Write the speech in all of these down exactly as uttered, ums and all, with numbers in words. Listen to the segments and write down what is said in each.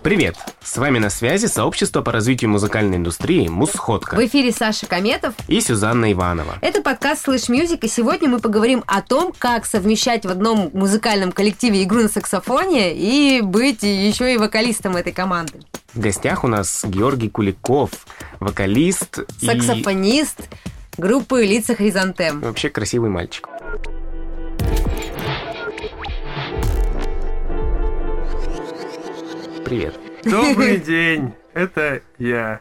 Привет! С вами на связи сообщество по развитию музыкальной индустрии «Мусходка». В эфире Саша Кометов и Сюзанна Иванова. Это подкаст Слэш Мьюзик, и сегодня мы поговорим о том, как совмещать в одном музыкальном коллективе игру на саксофоне и быть еще и вокалистом этой команды. В гостях у нас Георгий Куликов, вокалист саксофонист и... группы «Лица Хризантем». Вообще красивый мальчик. Привет. Добрый день, это я.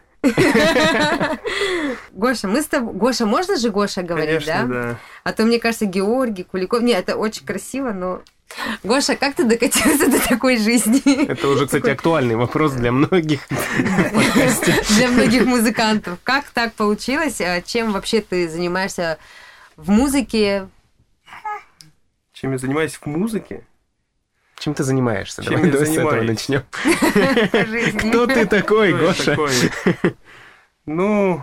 Гоша, мы с тобой... Гоша, можно же Гоша говорить, Конечно, да? да. А то, мне кажется, Георгий, Куликов... Нет, это очень красиво, но... Гоша, как ты докатился до такой жизни? Это уже, кстати, актуальный вопрос для многих в подкасте. Для многих музыкантов. Как так получилось? Чем вообще ты занимаешься в музыке? Чем я занимаюсь в музыке? Чем ты занимаешься? Чем Давай, я давай с этого занимаюсь? начнем. Кто ты такой, Кто я Гоша? такой? Ну,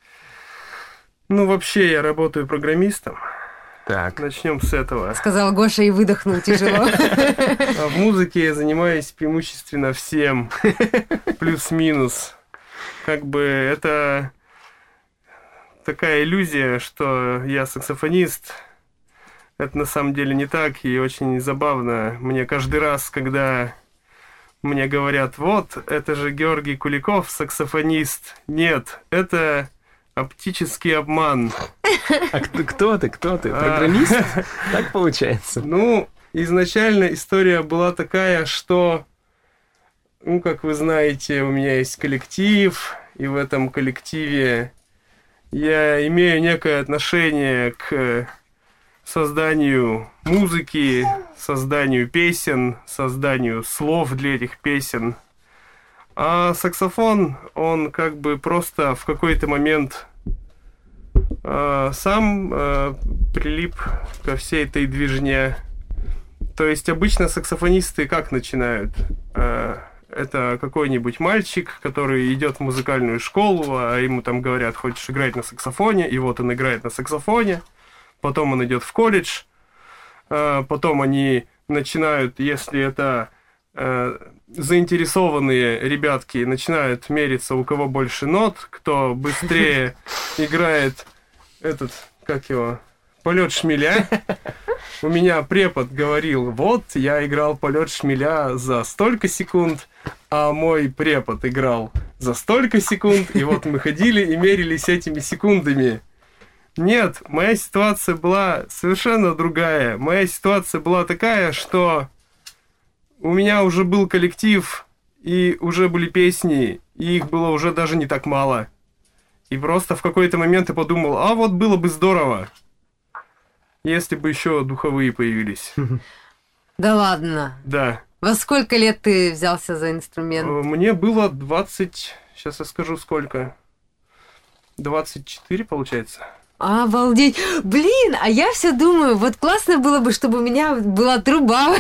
ну, вообще я работаю программистом. Так. Начнем с этого. Сказал Гоша и выдохнул тяжело. А в музыке я занимаюсь преимущественно всем. Плюс-минус. Как бы это такая иллюзия, что я саксофонист. Это на самом деле не так, и очень забавно. Мне каждый раз, когда мне говорят, вот, это же Георгий Куликов, саксофонист. Нет, это оптический обман. А кто, кто ты? Кто ты? Программист? Так получается. Ну, изначально история была такая, что, ну, как вы знаете, у меня есть коллектив, и в этом коллективе я имею некое отношение к созданию музыки, созданию песен, созданию слов для этих песен. А саксофон, он как бы просто в какой-то момент э, сам э, прилип ко всей этой движне. То есть обычно саксофонисты как начинают? Э, это какой-нибудь мальчик, который идет в музыкальную школу, а ему там говорят, хочешь играть на саксофоне, и вот он играет на саксофоне. Потом он идет в колледж, потом они начинают, если это э, заинтересованные ребятки, начинают мериться, у кого больше нот, кто быстрее играет этот, как его, полет шмеля. У меня препод говорил, вот, я играл полет шмеля за столько секунд, а мой препод играл за столько секунд, и вот мы ходили и мерились этими секундами. Нет, моя ситуация была совершенно другая. Моя ситуация была такая, что у меня уже был коллектив, и уже были песни, и их было уже даже не так мало. И просто в какой-то момент я подумал, а вот было бы здорово, если бы еще духовые появились. Да ладно? Да. Во сколько лет ты взялся за инструмент? Мне было двадцать... Сейчас я скажу, сколько. двадцать четыре, получается. Обалдеть. Блин, а я все думаю, вот классно было бы, чтобы у меня была труба.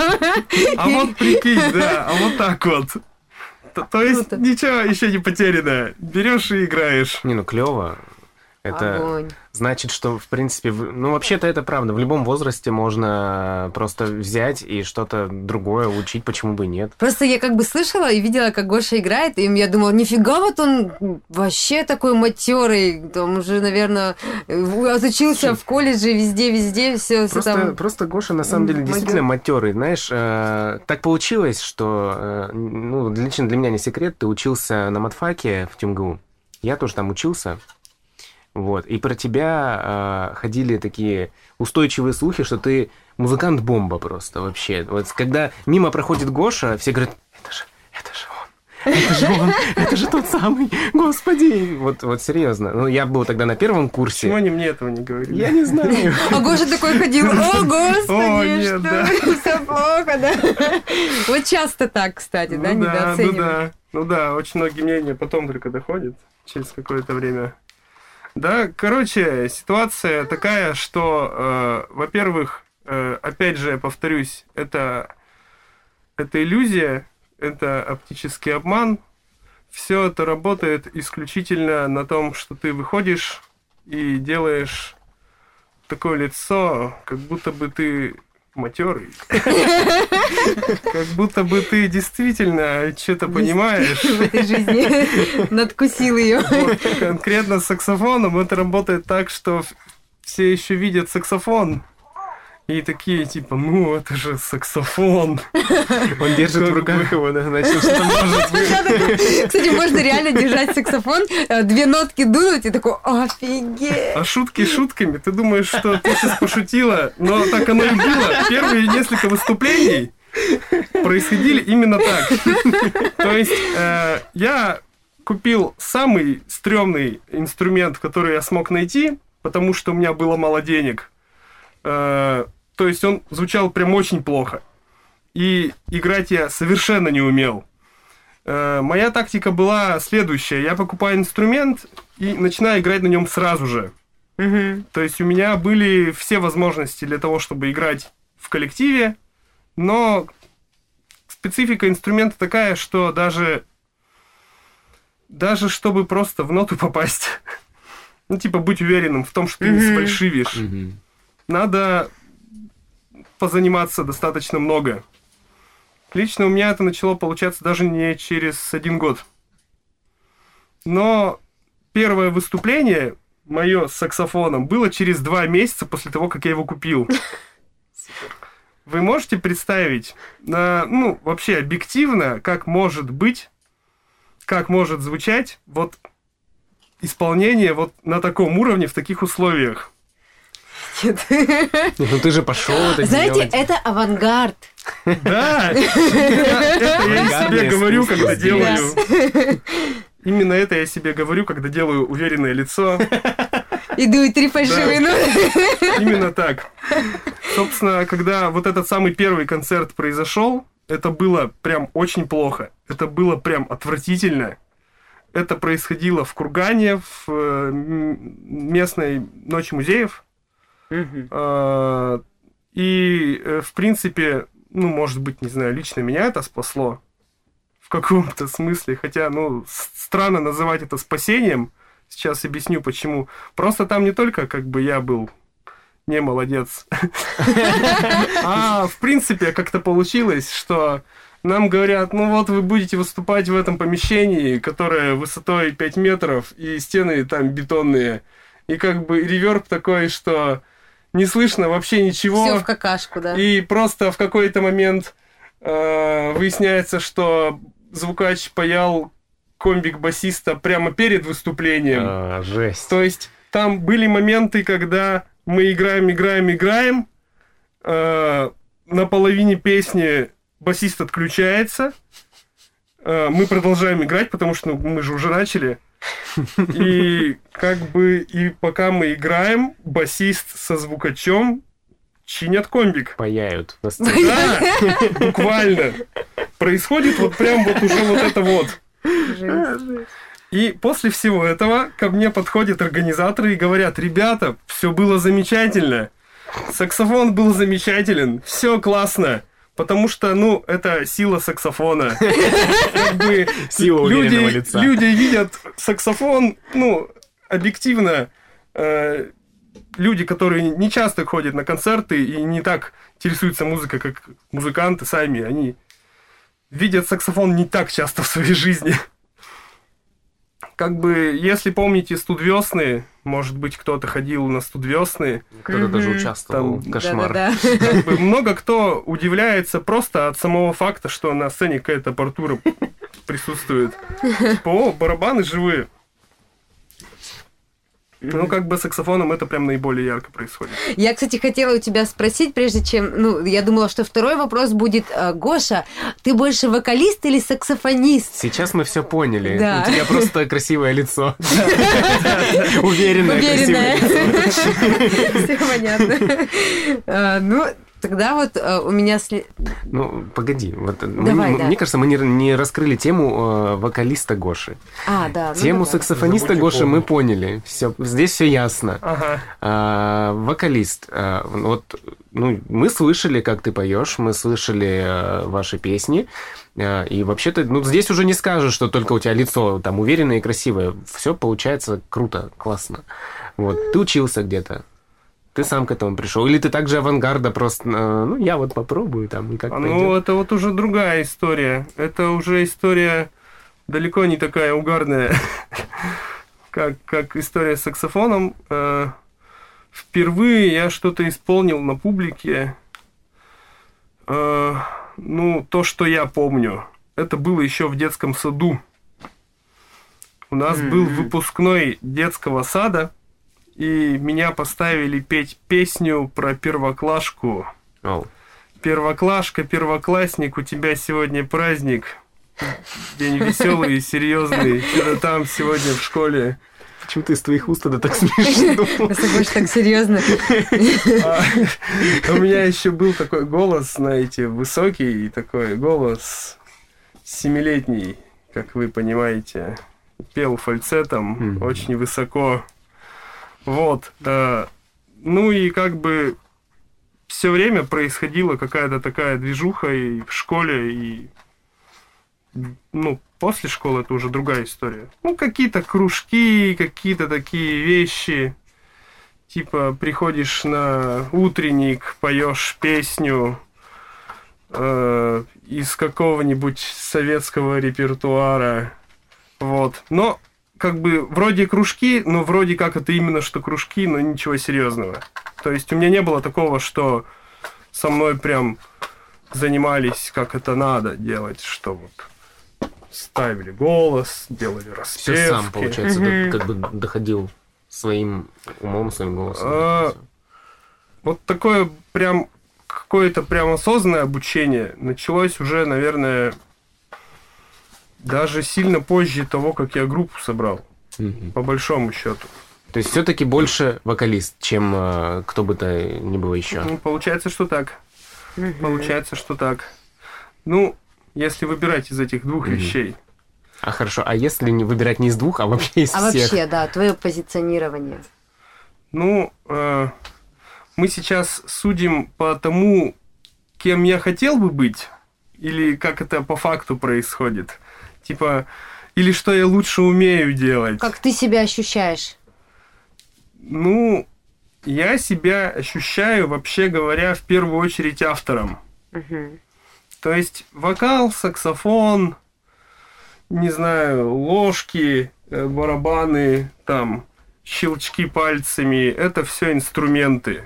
А вот прикинь, да, а вот так вот. То, то есть Круто. Ничего еще не потеряно. Берешь и играешь. Не, ну клево. Это Огонь. значит, что, в принципе, в... ну, вообще-то это правда. В любом возрасте можно просто взять и что-то другое учить, почему бы и нет. Просто я как бы слышала и видела, как Гоша играет, и я думала, нифига, вот он вообще такой матерый, там уже, наверное, отучился в колледже, везде-везде, все, все Просто, там. просто Гоша на самом деле Магер. действительно матерый. Знаешь, э, так получилось, что, э, ну, лично для меня не секрет, ты учился на матфаке в ТюМГУ. Я тоже там учился. Вот. И про тебя э, ходили такие устойчивые слухи, что ты музыкант-бомба просто вообще. Вот когда мимо проходит Гоша, все говорят, это же, это же он, это же он, это же тот самый, господи. Вот, вот серьезно. Ну, я был тогда на первом курсе. Почему они мне этого не говорили? Я не знаю. А Гоша такой ходил, о, О, господи, нет, что да. все плохо, да? Вот часто так, кстати, да, Ну да, ну недооценивают. да. Ну да, очень многие мнения потом только доходят через какое-то время. Да, короче, ситуация такая, что, э, во-первых, э, опять же, я повторюсь, это, это иллюзия, это оптический обман. Все это работает исключительно на том, что ты выходишь и делаешь такое лицо, как будто бы ты матерый. Как будто бы ты действительно что-то понимаешь. В этой жизни надкусил ее. Вот, конкретно с саксофоном это работает так, что все еще видят саксофон. И такие, типа, ну, это же саксофон. Он держит Как в руках бы. его, да, значит, что может быть. Кстати, можно реально держать саксофон, две нотки дунуть и такой, офигеть. А шутки шутками. Ты думаешь, что ты сейчас пошутила, но так оно и было. Первые несколько выступлений происходили именно так. То есть э, я купил самый стрёмный инструмент, который я смог найти, потому что у меня было мало денег. Э, то есть он звучал прям очень плохо. И играть я совершенно не умел. Э, моя тактика была следующая. Я покупаю инструмент и начинаю играть на нем сразу же. Мгм. То есть у меня были все возможности для того, чтобы играть в коллективе, но специфика инструмента такая, что даже, даже чтобы просто в ноту попасть, ну, типа быть уверенным в том, что ты не Мгм. сфальшивишь, Мгм. надо позаниматься достаточно много. Лично у меня это начало получаться даже не через один год. Но первое выступление мое с саксофоном было через два месяца после того, как я его купил. Вы можете представить, на, ну, вообще объективно, как может быть, как может звучать вот исполнение вот на таком уровне, в таких условиях? Нет. Ну ты же пошел это Знаете, делать. это авангард. Да, это я себе Авангардное говорю, искусство. когда делаю. Именно это я себе говорю, когда делаю уверенное лицо. И дует три фальшивые ноты. Именно так. Собственно, когда вот этот самый первый концерт произошел, это было прям очень плохо. Это было прям отвратительно. Это происходило в Кургане, в э, м- местной ночи музеев. Мгм. А, И, э, в принципе, ну, может быть, не знаю, лично меня это спасло в каком-то смысле. Хотя, ну, с- странно называть это спасением. Сейчас объясню, почему. Просто там не только, как бы, я был не молодец. А, в принципе, как-то получилось, что нам говорят, ну вот вы будете выступать в этом помещении, которое высотой пять метров, и стены там бетонные. И как бы реверб такой, что не слышно вообще ничего. Все в какашку, да. И просто в какой-то момент э, выясняется, что звукач паял комбик басиста прямо перед выступлением. А, жесть. То есть там были моменты, когда мы играем, играем, играем, э, на половине песни басист отключается, э, мы продолжаем играть, потому что ну, мы же уже начали. И как бы и пока мы играем, басист со звукачом чинят комбик. Паяют на сцене. Да, буквально. Происходит вот прям вот уже вот это вот. Жесть. И после всего этого ко мне подходят организаторы и говорят: ребята, все было замечательно. Саксофон был замечателен, все классно. Потому что, ну, это сила саксофона. Как бы Сила уверенного люди, лица. люди видят саксофон, ну, объективно, э, люди, которые не часто ходят на концерты и не так интересуются музыкой, как музыканты сами, они видят саксофон не так часто в своей жизни. Как бы, если помните «Студвесны», может быть, кто-то ходил на «Студвесны», Кто-то даже Мгм. участвовал. Там- Кошмар. Да-да-да. как бы много кто удивляется просто от самого факта, что на сцене какая-то аппаратура присутствует. Типа, о, барабаны живые. Ну, как бы с саксофоном это прям наиболее ярко происходит. Я, кстати, хотела у тебя спросить, прежде чем... Ну, я думала, что второй вопрос будет. э, Гоша, ты больше вокалист или саксофонист? Сейчас мы все поняли. Да. У тебя просто красивое лицо. Уверенное, Уверенная. красивое лицо. Все понятно. А, Ну, тогда вот э, у меня... сле- Ну, погоди. Вот, мы- Давай, мы- да. Мне кажется, мы не, не раскрыли тему э, вокалиста Гоши. А, да. ну Тему давай. саксофониста Забудьте Гоши мы помнить. поняли. Всё, здесь все ясно. Ага. А, вокалист. а, вот, ну, мы слышали, как ты поешь, мы слышали а, ваши песни. а, и вообще-то, ну, здесь уже не скажешь, что только у тебя лицо там уверенное и красивое. Все получается круто, классно. Вот. Ты учился где-то? ты сам к этому пришел? Или ты также авангарда просто, ну, я вот попробую там, и как Ну, пойдет? это вот уже другая история. Это уже история далеко не такая угарная, как, как история с саксофоном. Э, Впервые я что-то исполнил на публике. Э, Ну, то, что я помню, это было еще в детском саду. У нас Mm-hmm. был выпускной детского сада, и меня поставили петь песню про первоклашку. Oh. Первоклашка, первоклассник, у тебя сегодня праздник. День веселый и серьезный. Что-то там сегодня в школе. Почему-то из твоих уст это так смешно. Просто больше так серьезно. А у меня еще был такой голос, знаете, высокий, и такой голос семилетний, как вы понимаете. Пел фальцетом, Mm-hmm. очень высоко. Вот. Да. Ну и как бы все время происходила какая-то такая движуха и в школе, и ну, после школы это уже другая история. Ну, какие-то кружки, какие-то такие вещи. Типа, приходишь на утренник, поешь песню э, из какого-нибудь советского репертуара. Вот. Но, как бы, вроде кружки, но вроде как это именно что кружки, но ничего серьезного. То есть у меня не было такого, что со мной прям занимались, как это надо делать, что вот ставили голос, делали распевки. Все сам, получается, Мгм. до- как бы доходил своим умом, своим голосом. А, Вот такое прям какое-то прям осознанное обучение началось уже, наверное, даже сильно позже того, как я группу собрал, Мгм. по большому счету. То есть все-таки больше вокалист, чем э, кто бы то ни было еще. Ну, получается, что так. Получается, что так. Ну, если выбирать из этих двух Мгм. вещей. А хорошо, а если не выбирать не из двух, а вообще из А всех? вообще, да, твое позиционирование. Ну, э, мы сейчас судим по тому, кем я хотел бы быть, или как это по факту происходит. Типа, или что я лучше умею делать. Как ты себя ощущаешь? Ну, я себя ощущаю, вообще говоря, в первую очередь автором. Мгм. То есть вокал, саксофон, не знаю, ложки, э, барабаны, там, щелчки пальцами, это все инструменты.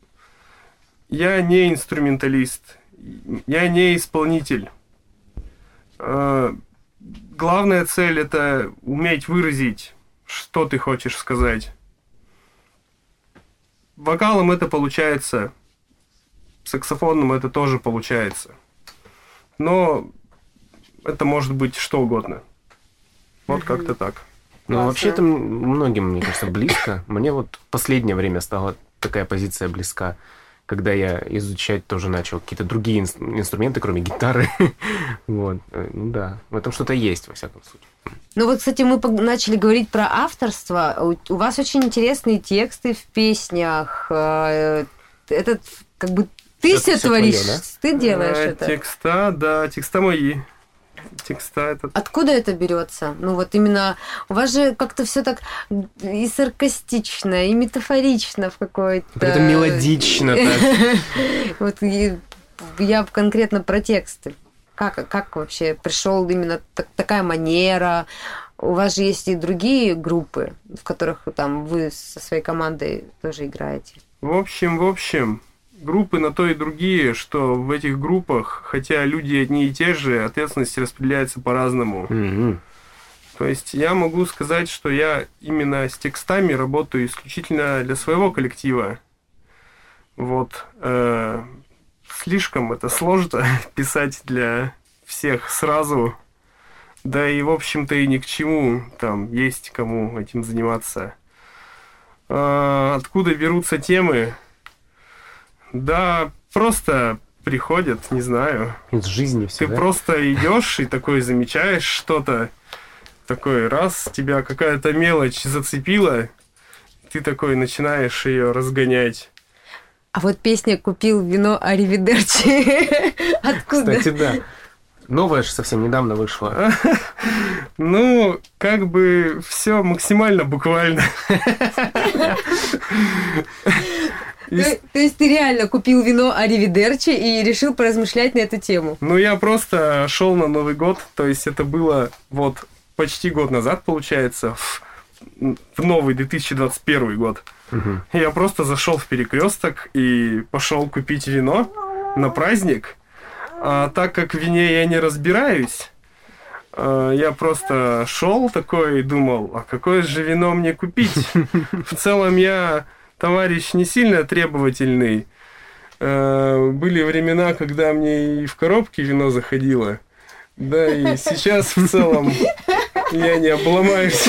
Я не инструменталист, я не исполнитель. Э, Главная цель это уметь выразить, что ты хочешь сказать. Вокалом это получается, саксофоном это тоже получается. Но это может быть что угодно. Вот Мгм. как-то так. Ну, Классно. вообще это многим, мне кажется, близко. Мне вот в последнее время стала такая позиция близка, когда я изучать тоже начал какие-то другие инс- инструменты, кроме гитары. Вот. Э, Ну да, в этом что-то есть, во всяком случае. Ну вот, кстати, мы пог- начали говорить про авторство. У, у вас очень интересные тексты в песнях. Э, Этот, как бы, ты Это все всё творишь, твоё, да? ты делаешь Э, это. Текста, да, текста мои. Текста это... Откуда это берется? Ну вот именно у вас же как-то все так и саркастично, и метафорично в какой-то. При этом мелодично так. Вот и я конкретно про тексты. Как, как вообще пришел именно так- такая манера? У вас же есть и другие группы, в которых там вы со своей командой тоже играете. В общем, в общем, группы на то и другие, что в этих группах, хотя люди одни и те же, ответственность распределяется по-разному. Мгм. То есть я могу сказать, что я именно с текстами работаю исключительно для своего коллектива. Вот. Э, Слишком это сложно писать для всех сразу. Да и, в общем-то, и ни к чему. Там есть кому этим заниматься. А, Откуда берутся темы? Да, просто приходят, не знаю. Из жизни все, Ты просто идешь и такой замечаешь что-то, такой раз, тебя какая-то мелочь зацепила, ты такой начинаешь ее разгонять. А вот песня «Купил вино Аривидерчи». Откуда? Кстати, да. Новая же совсем недавно вышла. Ну, как бы все максимально буквально. То, то есть ты реально купил вино Аривидерчи и решил поразмышлять на эту тему? Ну, я просто шел на Новый год, то есть это было вот почти год назад, получается, в, в новый две тысячи двадцать первый год. Угу. Я просто зашел в перекресток и пошел купить вино на праздник. А так как в вине я не разбираюсь, я просто шел такой и думал, а какое же вино мне купить? В целом я товарищ не сильно требовательный. Были времена, когда мне и в коробке вино заходило. Да, и сейчас в целом я не обломаюсь.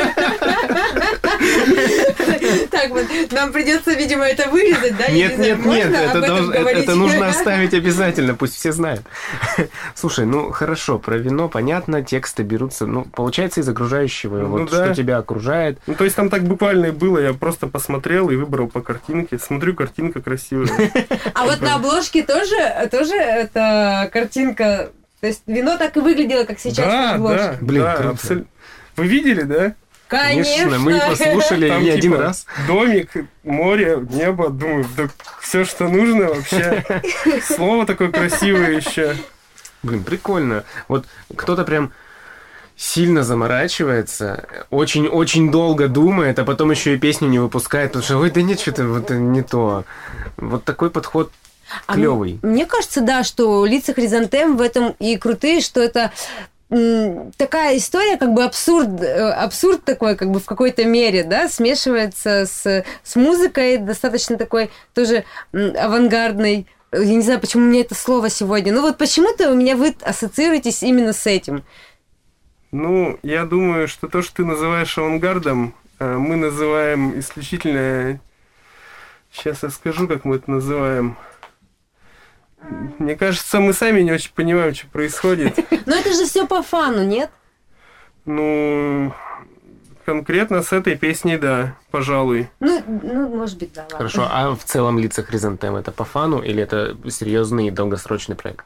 Так вот, нам придется, видимо, это вырезать, да? Нет, нет, нет, это, долж... это, это нужно оставить обязательно, пусть все знают. Слушай, ну хорошо, про вино понятно, тексты берутся, ну, получается, из окружающего, ну, вот да. Что тебя окружает. Ну, то есть там так буквально и было, я просто посмотрел и выбрал по картинке. Смотрю, картинка красивая. А вот на обложке тоже, тоже эта картинка, то есть вино так и выглядело, как сейчас на обложке. Да, Блин, да, абсолютно. Вы видели, да? Конечно. Мы послушали там, не типа, один раз. Домик, море, небо, думаю, да все, что нужно вообще. Слово такое красивое еще. Блин, прикольно. Вот кто-то прям сильно заморачивается, очень-очень долго думает, а потом еще и песню не выпускает, потому что, ой, да нет, что-то вот не то. Вот такой подход клевый. А мне кажется, да, что лица Хризантем в этом и крутые, что это такая история, как бы абсурд, абсурд такой, как бы в какой-то мере, да, смешивается с, с музыкой, достаточно такой тоже авангардной. Я не знаю, почему у меня это слово сегодня. Ну вот почему-то у меня вы ассоциируетесь именно с этим. Ну, я думаю, что то, что ты называешь авангардом, мы называем исключительно... Сейчас я скажу, как мы это называем... Мне кажется, мы сами не очень понимаем, что происходит. Но это же все по фану, нет? Ну, конкретно с этой песней, да, пожалуй. Ну, ну может быть, да. Ладно. Хорошо, а в целом лица Хризантем это по фану или это серьезный долгосрочный проект?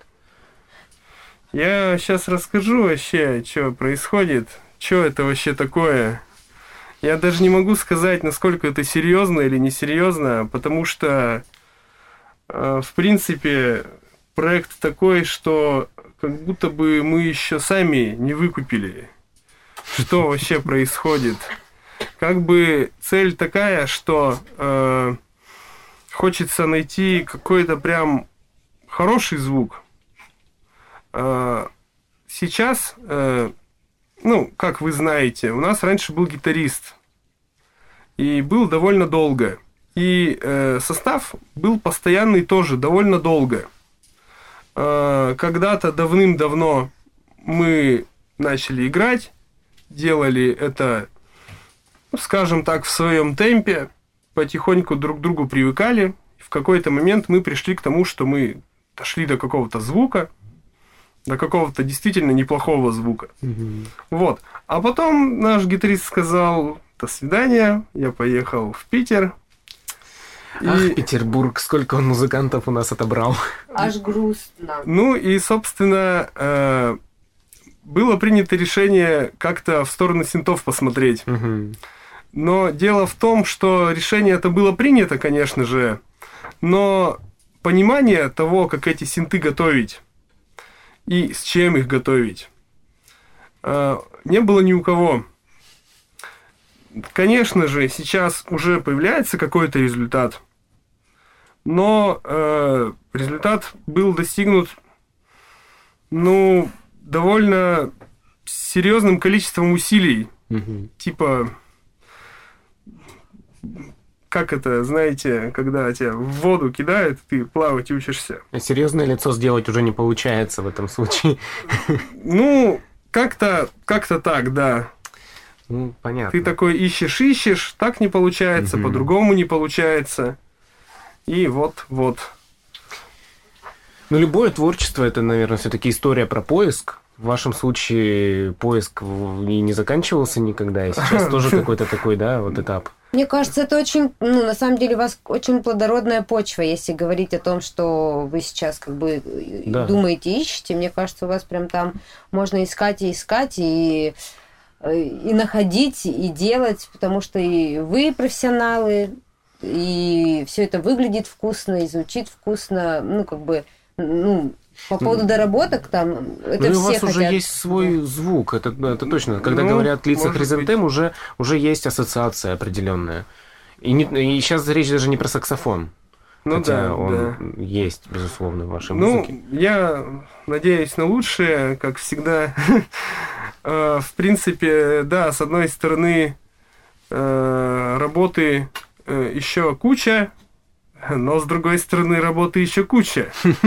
Я сейчас расскажу вообще, что происходит, что это вообще такое. Я даже не могу сказать, насколько это серьезно или несерьезно, потому что в принципе, проект такой, что как будто бы мы еще сами не выкупили, что вообще происходит. Как бы цель такая, что э, хочется найти какой-то прям хороший звук. Э, сейчас, э, ну, как вы знаете, у нас раньше был гитарист, и был довольно долго. И э, состав был постоянный тоже довольно долго. Э, когда-то давным-давно мы начали играть, делали это, ну, скажем так, в своем темпе, потихоньку друг к другу привыкали. В какой-то момент мы пришли к тому, что мы дошли до какого-то звука, до какого-то действительно неплохого звука. Mm-hmm. Вот. А потом наш гитарист сказал: «До свидания», я поехал в Питер. Ах, и... Петербург, сколько он музыкантов у нас отобрал. Аж грустно. Ну и, собственно, э, было принято решение как-то в сторону синтов посмотреть. Угу. Но дело в том, что решение это было принято, конечно же, но понимание того, как эти синты готовить и с чем их готовить, э, не было ни у кого. Конечно же, сейчас уже появляется какой-то результат, но э, результат был достигнут, ну, довольно серьезным количеством усилий. Mm-hmm. Типа, как это, знаете, когда тебя в воду кидают, ты плавать учишься. Серьезное лицо сделать уже не получается в этом случае. Ну, как-то, как-то так, да. Ну, понятно. Ты такой ищешь-ищешь, так не получается, угу. По-другому не получается. И вот-вот. Ну, любое творчество – это, наверное, все-таки история про поиск. В вашем случае поиск и не заканчивался никогда, и сейчас тоже какой-то такой, да, вот этап. Мне кажется, это очень, ну, на самом деле, у вас очень плодородная почва, если говорить о том, что вы сейчас как бы да. думаете, ищете. Мне кажется, у вас прям там можно искать и искать, и... и находить, и делать, потому что и вы профессионалы и все это выглядит вкусно, и звучит вкусно, ну, как бы, ну, по поводу доработок там, это ну, все у вас хотят... уже есть свой звук, это, это точно. Когда ну, говорят лица может хризантем, уже, уже есть ассоциация определенная. И, не, и сейчас речь даже не про саксофон. Ну хотя да, он да. есть, безусловно, в вашей ну, музыке. Я надеюсь на лучшее, как всегда. В принципе, да, с одной стороны, работы еще куча, но с другой стороны, работы еще куча.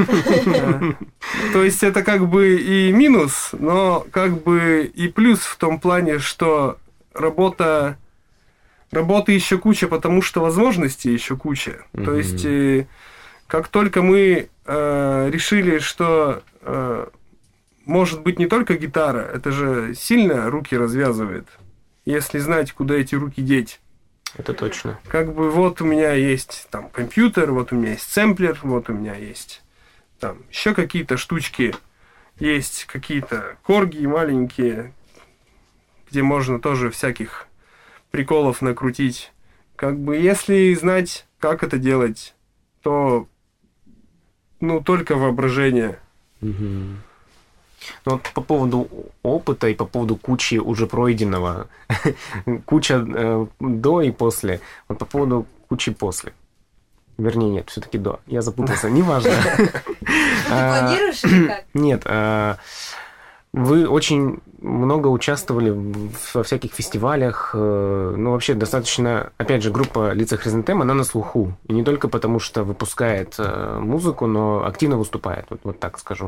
То есть это как бы и минус, но как бы и плюс в том плане, что работа работы еще куча, потому что возможностей еще куча. То есть как только мы решили, что может быть не только гитара, это же сильно руки развязывает, если знать, куда эти руки деть. Это точно. Как бы вот у меня есть там компьютер, вот у меня есть сэмплер, вот у меня есть там еще какие-то штучки, есть какие-то корги маленькие, где можно тоже всяких приколов накрутить. Как бы если знать, как это делать, то ну только воображение. Угу. Ну, вот по поводу опыта и по поводу кучи уже пройденного, куча э, до и после, вот по поводу кучи после. Вернее, нет, все-таки до. Я запутался, неважно. Планируешь или как? Нет, вы очень много участвовали во всяких фестивалях, ну, вообще достаточно, опять же, группа Лица Хризантем, она на слуху, и не только потому, что выпускает музыку, но активно выступает, вот, вот так скажу.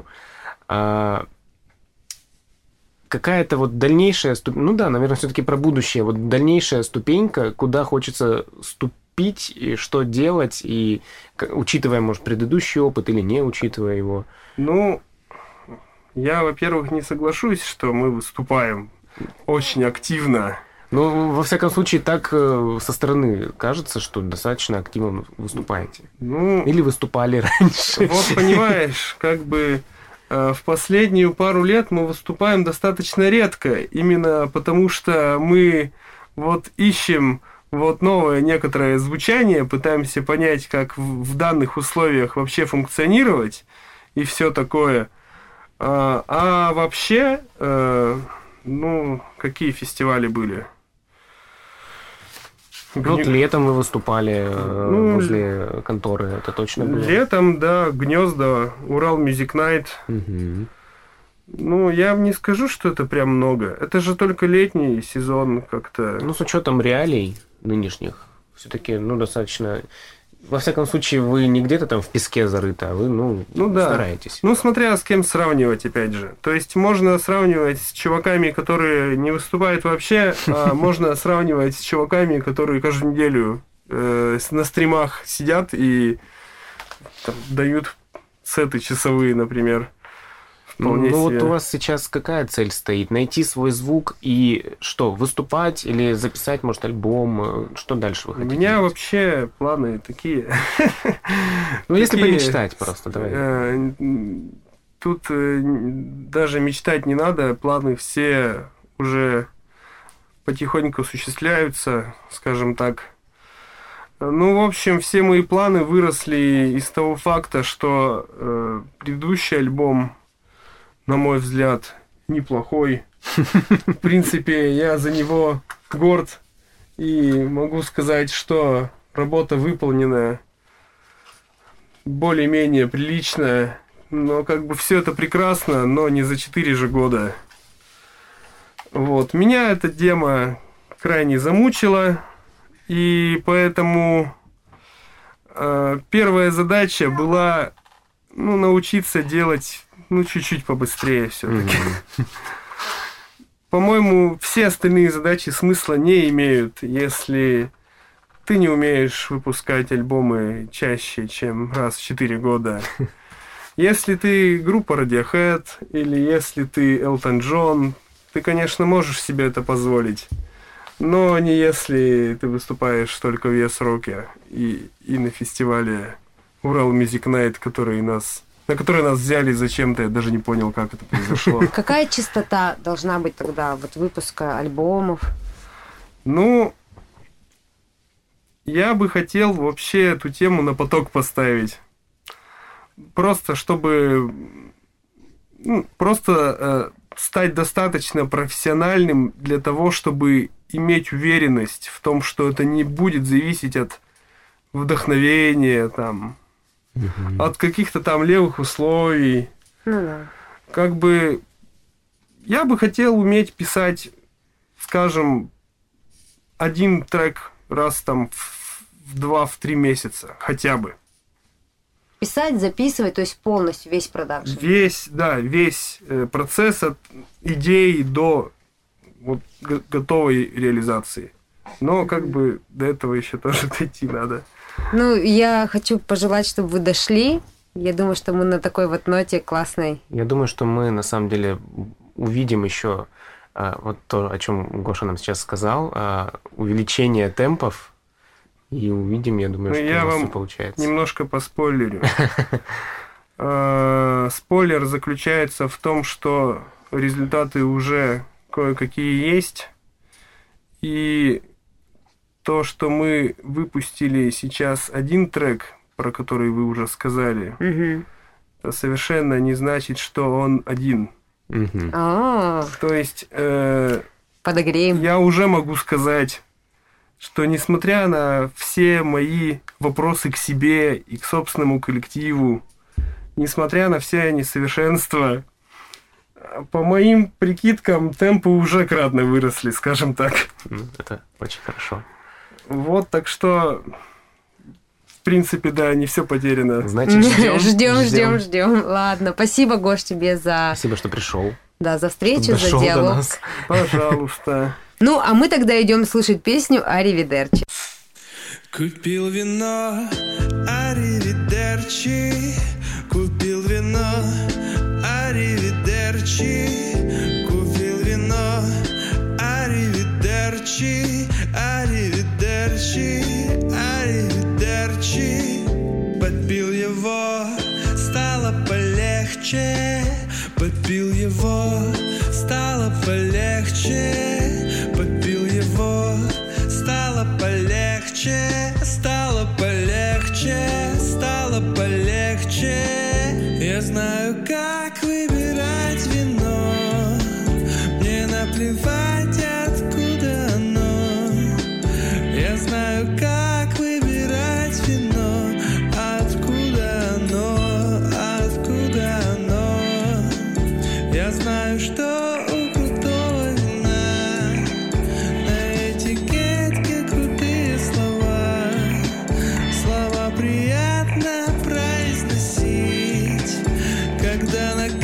Какая-то вот дальнейшая ступень, ну да, наверное, все-таки про будущее, вот дальнейшая ступенька, куда хочется ступить, и что делать, и учитывая, может, предыдущий опыт или не учитывая его? Ну, я, во-первых, не соглашусь, что мы выступаем очень активно. Ну, во всяком случае, так со стороны кажется, что достаточно активно выступаете. Ну, или выступали раньше. Вот понимаешь, как бы... В последнюю пару лет мы выступаем достаточно редко, именно потому что мы вот ищем вот новое некоторое звучание, пытаемся понять, как в данных условиях вообще функционировать и все такое. А, а вообще, ну, какие фестивали были? Вот летом вы выступали ну, возле конторы, это точно было? Летом, да, Гнезда, Урал Music Night. Угу. Ну, я не скажу, что это прям много. Это же только летний сезон как-то. Ну, с учетом реалий нынешних, все-таки, ну, достаточно... Во всяком случае, вы не где-то там в песке зарыты, а вы, ну, ну да. стараетесь. Ну, смотря с кем сравнивать, опять же. То есть, можно сравнивать с чуваками, которые не выступают вообще, а можно сравнивать с чуваками, которые каждую неделю э, на стримах сидят и там, дают сеты часовые, например. Вполне ну, себе. Вот у вас сейчас какая цель стоит? Найти свой звук и что, выступать или записать, может, альбом? Что дальше вы хотите? У меня делать? Вообще планы такие. Ну, если помечтать просто, давай. Тут даже мечтать не надо, планы все уже потихоньку осуществляются, скажем так. Ну, в общем, все мои планы выросли из того факта, что предыдущий альбом, на мой взгляд, неплохой. В принципе, я за него горд и могу сказать, что работа выполнена более-менее прилично, но как бы все это прекрасно, но не за четыре же года. Вот. Меня эта демо крайне замучила, и поэтому э, первая задача была ну, научиться делать ну, чуть-чуть побыстрее все-таки. Mm-hmm. По-моему, все остальные задачи смысла не имеют, если ты не умеешь выпускать альбомы чаще, чем раз в четыре года. Если ты группа Radiohead или если ты Элтон Джон, ты, конечно, можешь себе это позволить. Но не если ты выступаешь только в Yes-Rock и, и на фестивале Урал Music Night, который нас... на который нас взяли зачем-то, я даже не понял, как это произошло. Какая частота должна быть тогда вот выпуска альбомов? Ну, я бы хотел вообще эту тему на поток поставить. Просто чтобы... Ну, просто э, стать достаточно профессиональным для того, чтобы иметь уверенность в том, что это не будет зависеть от вдохновения, там, mm-hmm. от каких-то там левых условий. Mm-hmm. Как бы я бы хотел уметь писать, скажем, один трек раз там в, в два, в три месяца, хотя бы. Писать, записывать, то есть полностью весь продакшн. Весь, да, весь э, процесс от идеи до вот, г- готовой реализации. Но как бы до этого еще тоже дойти надо. Ну, я хочу пожелать, чтобы вы дошли. Я думаю, что мы на такой вот ноте классной. Я думаю, что мы на самом деле увидим еще а, вот то, о чем Гоша нам сейчас сказал, а, увеличение темпов. И увидим, я думаю, ну, что я у нас вам все получается. Немножко поспойлерю. Спойлер заключается в том, что результаты уже кое-какие есть. И то, что мы выпустили сейчас один трек, про который вы уже сказали, это совершенно не значит, что он один. То есть подогреем. Я уже могу сказать, что несмотря на все мои вопросы к себе и к собственному коллективу, несмотря на все несовершенства, по моим прикидкам темпы уже кратно выросли, скажем так. Это очень хорошо. Вот, так что, в принципе, да, не все потеряно. Значит, ждем. Ждем, ждем, ждем. Ладно, спасибо, Гош, тебе за... Спасибо, что пришел. Да, за встречу, за диалог. Пожалуйста. Ну, а мы тогда идем слушать песню «Аривидерчи». Купил вино, аривидерчи. Купил вино, аривидерчи. Купил вино, аривидерчи. Аривидерчи, аривидерчи. Подпил его, стало полегче. Подпил его, стало полегче. Подпил его, стало полегче. Стало полегче, стало полегче. Я знаю, как выбирать вино. Мне наплевать, откуда оно. Я знаю, как выбирать вино. Откуда оно, откуда оно. Я знаю, что у крутого вина на этикетке крутые слова. Слова приятно произносить, когда на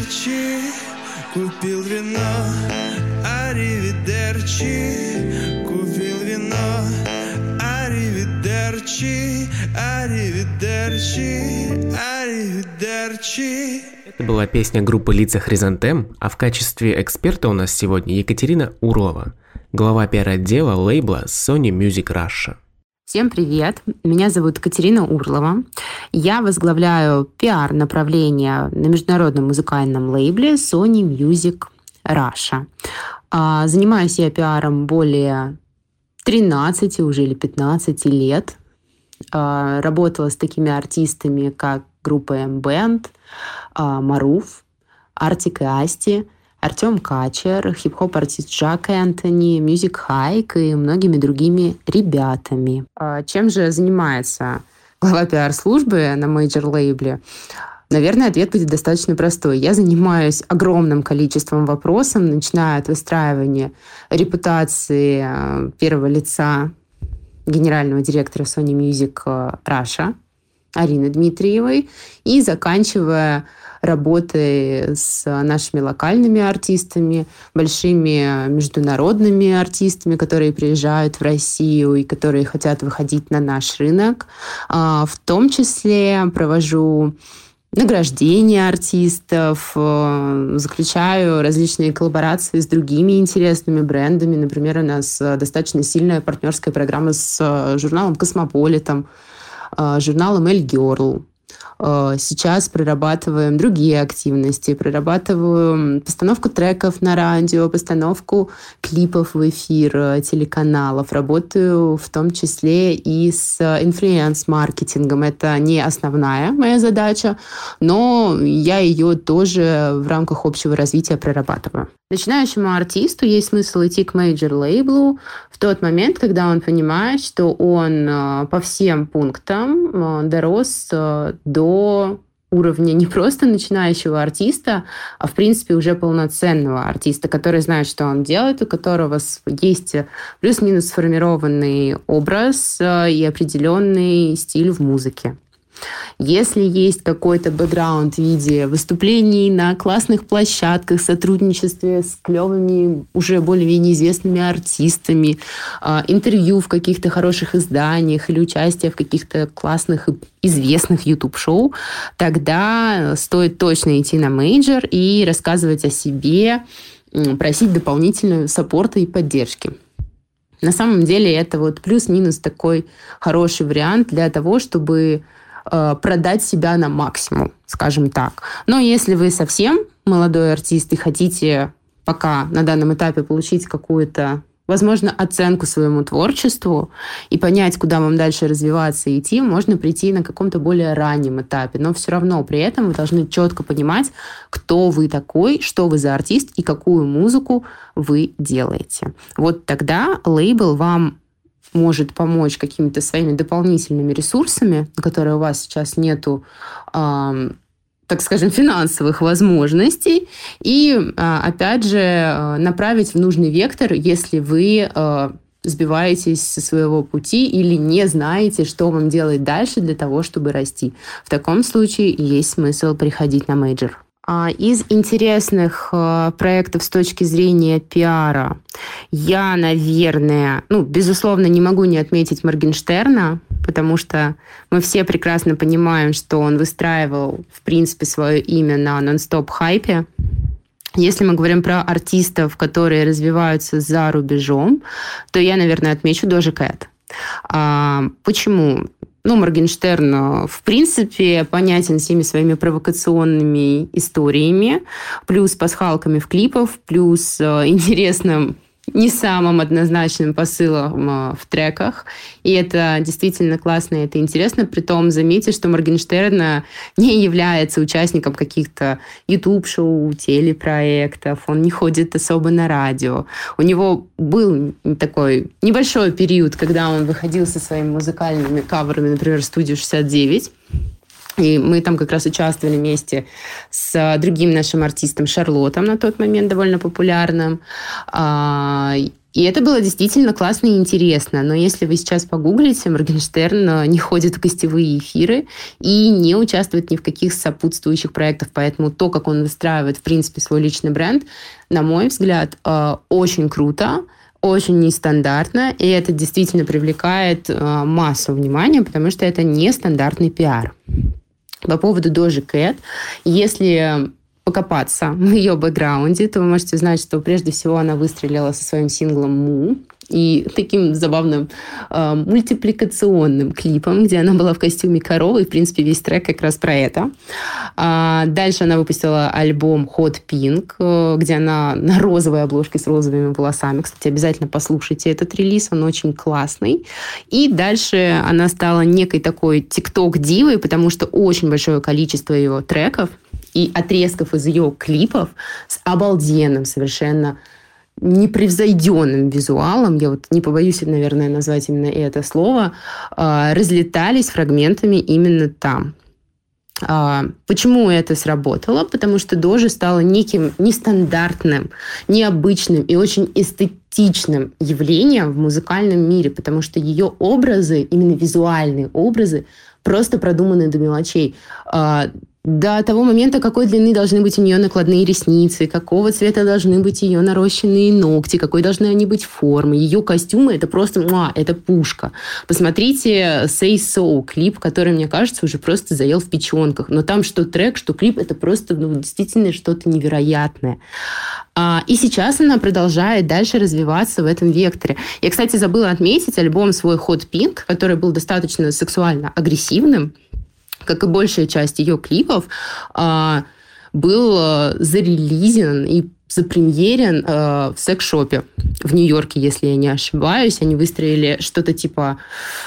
аривидерчи, купил вино, аривидерчи, купил вино, аривидерчи, аривидерчи, аривидерчи. Это была песня группы Лица Хризантем, а в качестве эксперта у нас сегодня Екатерина Урлова, глава пиар-отдела лейбла Sony Music Russia. Всем привет! Меня зовут Екатерина Урлова. Я возглавляю пиар-направление на международном музыкальном лейбле Sony Music Russia. Занимаюсь я пиаром более тринадцати уже или пятнадцати лет. Работала с такими артистами, как группа M-Band, Маруф, Артик и Асти, Артем Качер, хип-хоп-артист Джак Энтони, Music Hike и многими другими ребятами. Чем же занимается глава пиар-службы на мейджор-лейбле? Наверное, ответ будет достаточно простой. Я занимаюсь огромным количеством вопросов, начиная от выстраивания репутации первого лица генерального директора Sony Music Russia Арины Дмитриевой и заканчивая работой с нашими локальными артистами, большими международными артистами, которые приезжают в Россию и которые хотят выходить на наш рынок. В том числе провожу награждение артистов, заключаю различные коллаборации с другими интересными брендами. Например, у нас достаточно сильная партнерская программа с журналом «Космополитом», журналом «Эль Герл». Сейчас прорабатываем другие активности, прорабатываю постановку треков на радио, постановку клипов в эфир телеканалов. Работаю в том числе и с инфлюенс-маркетингом. Это не основная моя задача, но я ее тоже в рамках общего развития прорабатываю. Начинающему артисту есть смысл идти к мейджор-лейблу в тот момент, когда он понимает, что он по всем пунктам дорос до уровня не просто начинающего артиста, а в принципе уже полноценного артиста, который знает, что он делает, у которого есть плюс-минус сформированный образ и определенный стиль в музыке. Если есть какой-то бэкграунд в виде выступлений на классных площадках, сотрудничестве с клевыми, уже более-менее известными артистами, интервью в каких-то хороших изданиях или участие в каких-то классных и известных YouTube-шоу, тогда стоит точно идти на мейджор и рассказывать о себе, просить дополнительного саппорта и поддержки. На самом деле это вот плюс-минус такой хороший вариант для того, чтобы продать себя на максимум, скажем так. Но если вы совсем молодой артист и хотите пока на данном этапе получить какую-то, возможно, оценку своему творчеству и понять, куда вам дальше развиваться и идти, можно прийти на каком-то более раннем этапе. Но все равно при этом вы должны четко понимать, кто вы такой, что вы за артист и какую музыку вы делаете. Вот тогда лейбл вам может помочь какими-то своими дополнительными ресурсами, на которые у вас сейчас нету, э, так скажем, финансовых возможностей, и, э, опять же, направить в нужный вектор, если вы э, сбиваетесь со своего пути или не знаете, что вам делать дальше для того, чтобы расти. В таком случае есть смысл приходить на мейджор. Из интересных э, проектов с точки зрения пиара я, наверное, ну, безусловно, не могу не отметить Моргенштерна, потому что мы все прекрасно понимаем, что он выстраивал, в принципе, свое имя на нон-стоп-хайпе. Если мы говорим про артистов, которые развиваются за рубежом, то я, наверное, отмечу Дожа Кэт. А, почему? Ну, Моргенштерн, в принципе, понятен всеми своими провокационными историями, плюс пасхалками в клипах, плюс интересным, не самым однозначным посылом в треках. И это действительно классно, и это интересно. Притом, заметьте, что Моргенштерн не является участником каких-то YouTube-шоу, телепроектов, он не ходит особо на радио. У него был такой небольшой период, когда он выходил со своими музыкальными каверами, например, «Студию шестьдесят девять». И мы там как раз участвовали вместе с другим нашим артистом Шарлотом, на тот момент довольно популярным. И это было действительно классно и интересно. Но если вы сейчас погуглите, Моргенштерн не ходит в гостевые эфиры и не участвует ни в каких сопутствующих проектах. Поэтому то, как он выстраивает, в принципе, свой личный бренд, на мой взгляд, очень круто, очень нестандартно, и это действительно привлекает массу внимания, потому что это нестандартный пиар. По поводу Дожи Кэт, если покопаться в ее бэкграунде, то вы можете знать, что прежде всего она выстрелила со своим синглом «Му» и таким забавным э, мультипликационным клипом, где она была в костюме коровы, и, в принципе, весь трек как раз про это. А дальше она выпустила альбом Hot Pink, э, где она на розовой обложке с розовыми волосами. Кстати, обязательно послушайте этот релиз, он очень классный. И дальше она стала некой такой тикток-дивой, потому что очень большое количество ее треков и отрезков из ее клипов с обалденным совершенно непревзойденным визуалом, я вот не побоюсь, наверное, назвать именно это слово, разлетались фрагментами именно там. Почему это сработало? Потому что Дожа стала неким нестандартным, необычным и очень эстетичным явлением в музыкальном мире, потому что ее образы, именно визуальные образы, просто продуманы до мелочей. До того момента, какой длины должны быть у нее накладные ресницы, какого цвета должны быть ее нарощенные ногти, какой должны они быть формы. Ее костюмы — это просто, муа, это пушка. Посмотрите Say So, клип, который, мне кажется, уже просто заел в печенках. Но там что трек, что клип — это просто ну, действительно что-то невероятное. И сейчас она продолжает дальше развиваться в этом векторе. Я, кстати, забыла отметить альбом свой Hot Pink, который был достаточно сексуально агрессивным, как и большая часть ее клипов, был зарелизен и запремьерен в секс-шопе в Нью-Йорке, если я не ошибаюсь. Они выстроили что-то типа,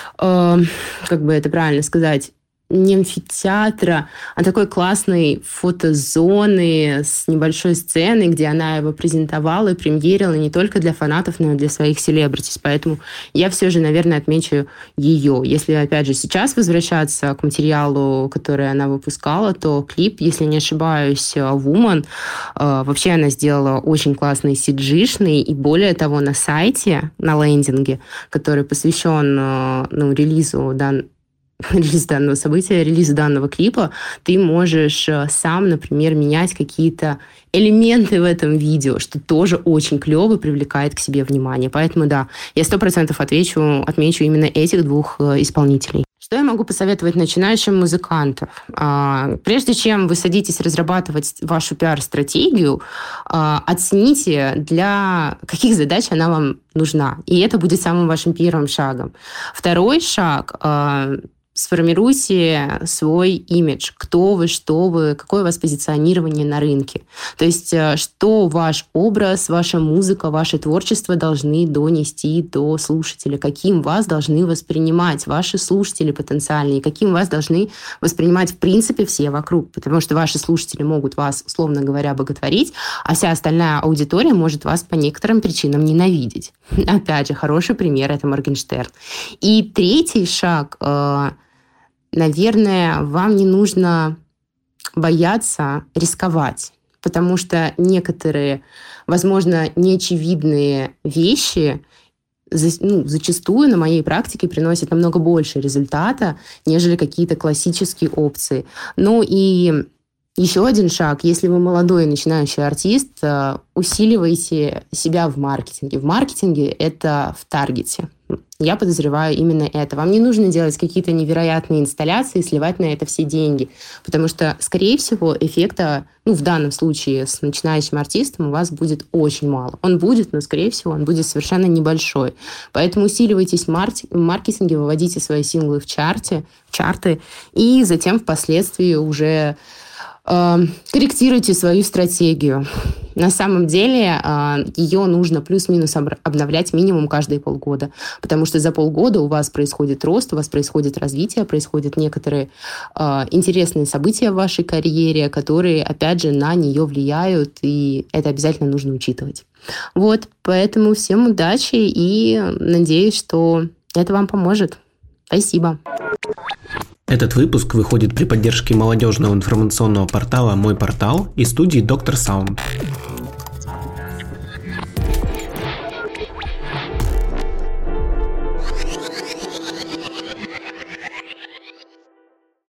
как бы это правильно сказать, не амфитеатра, а такой классной фотозоны с небольшой сценой, где она его презентовала и премьерила не только для фанатов, но и для своих селебритис. Поэтому я все же, наверное, отмечу ее. Если, опять же, сейчас возвращаться к материалу, который она выпускала, то клип, если не ошибаюсь, Woman, вообще она сделала очень классный си джи-шный, и более того, на сайте, на лендинге, который посвящен ну, релизу дан релиз данного события, релиз данного клипа, ты можешь сам, например, менять какие-то элементы в этом видео, что тоже очень клево привлекает к себе внимание. Поэтому, да, я сто процентов отвечу, отмечу именно этих двух исполнителей. Что я могу посоветовать начинающим музыкантам? Прежде чем вы садитесь разрабатывать вашу пиар-стратегию, оцените, для каких задач она вам нужна. И это будет самым вашим первым шагом. Второй шаг – сформируйте свой имидж. Кто вы, что вы, какое у вас позиционирование на рынке. То есть, что ваш образ, ваша музыка, ваше творчество должны донести до слушателя, каким вас должны воспринимать ваши слушатели потенциальные, каким вас должны воспринимать в принципе все вокруг. Потому что ваши слушатели могут вас, условно говоря, боготворить, а вся остальная аудитория может вас по некоторым причинам ненавидеть. Опять же, хороший пример — это Моргенштерн. И третий шаг — наверное, вам не нужно бояться рисковать, потому что некоторые, возможно, неочевидные вещи ну, зачастую на моей практике приносят намного больше результата, нежели какие-то классические опции. Ну и еще один шаг. Если вы молодой начинающий артист, усиливайте себя в маркетинге. В маркетинге — это в таргете. Я подозреваю именно это. Вам не нужно делать какие-то невероятные инсталляции и сливать на это все деньги, потому что, скорее всего, эффекта, ну, в данном случае с начинающим артистом у вас будет очень мало. Он будет, но, скорее всего, он будет совершенно небольшой. Поэтому усиливайтесь в маркетинге, выводите свои синглы в чарте, в чарты, и затем впоследствии уже корректируйте свою стратегию. На самом деле ее нужно плюс-минус обновлять минимум каждые полгода, потому что за полгода у вас происходит рост, у вас происходит развитие, происходят некоторые интересные события в вашей карьере, которые, опять же, на нее влияют, и это обязательно нужно учитывать. Вот, поэтому всем удачи и надеюсь, что это вам поможет. Спасибо. Этот выпуск выходит при поддержке молодежного информационного портала «Мой портал» и студии «Доктор Саунд».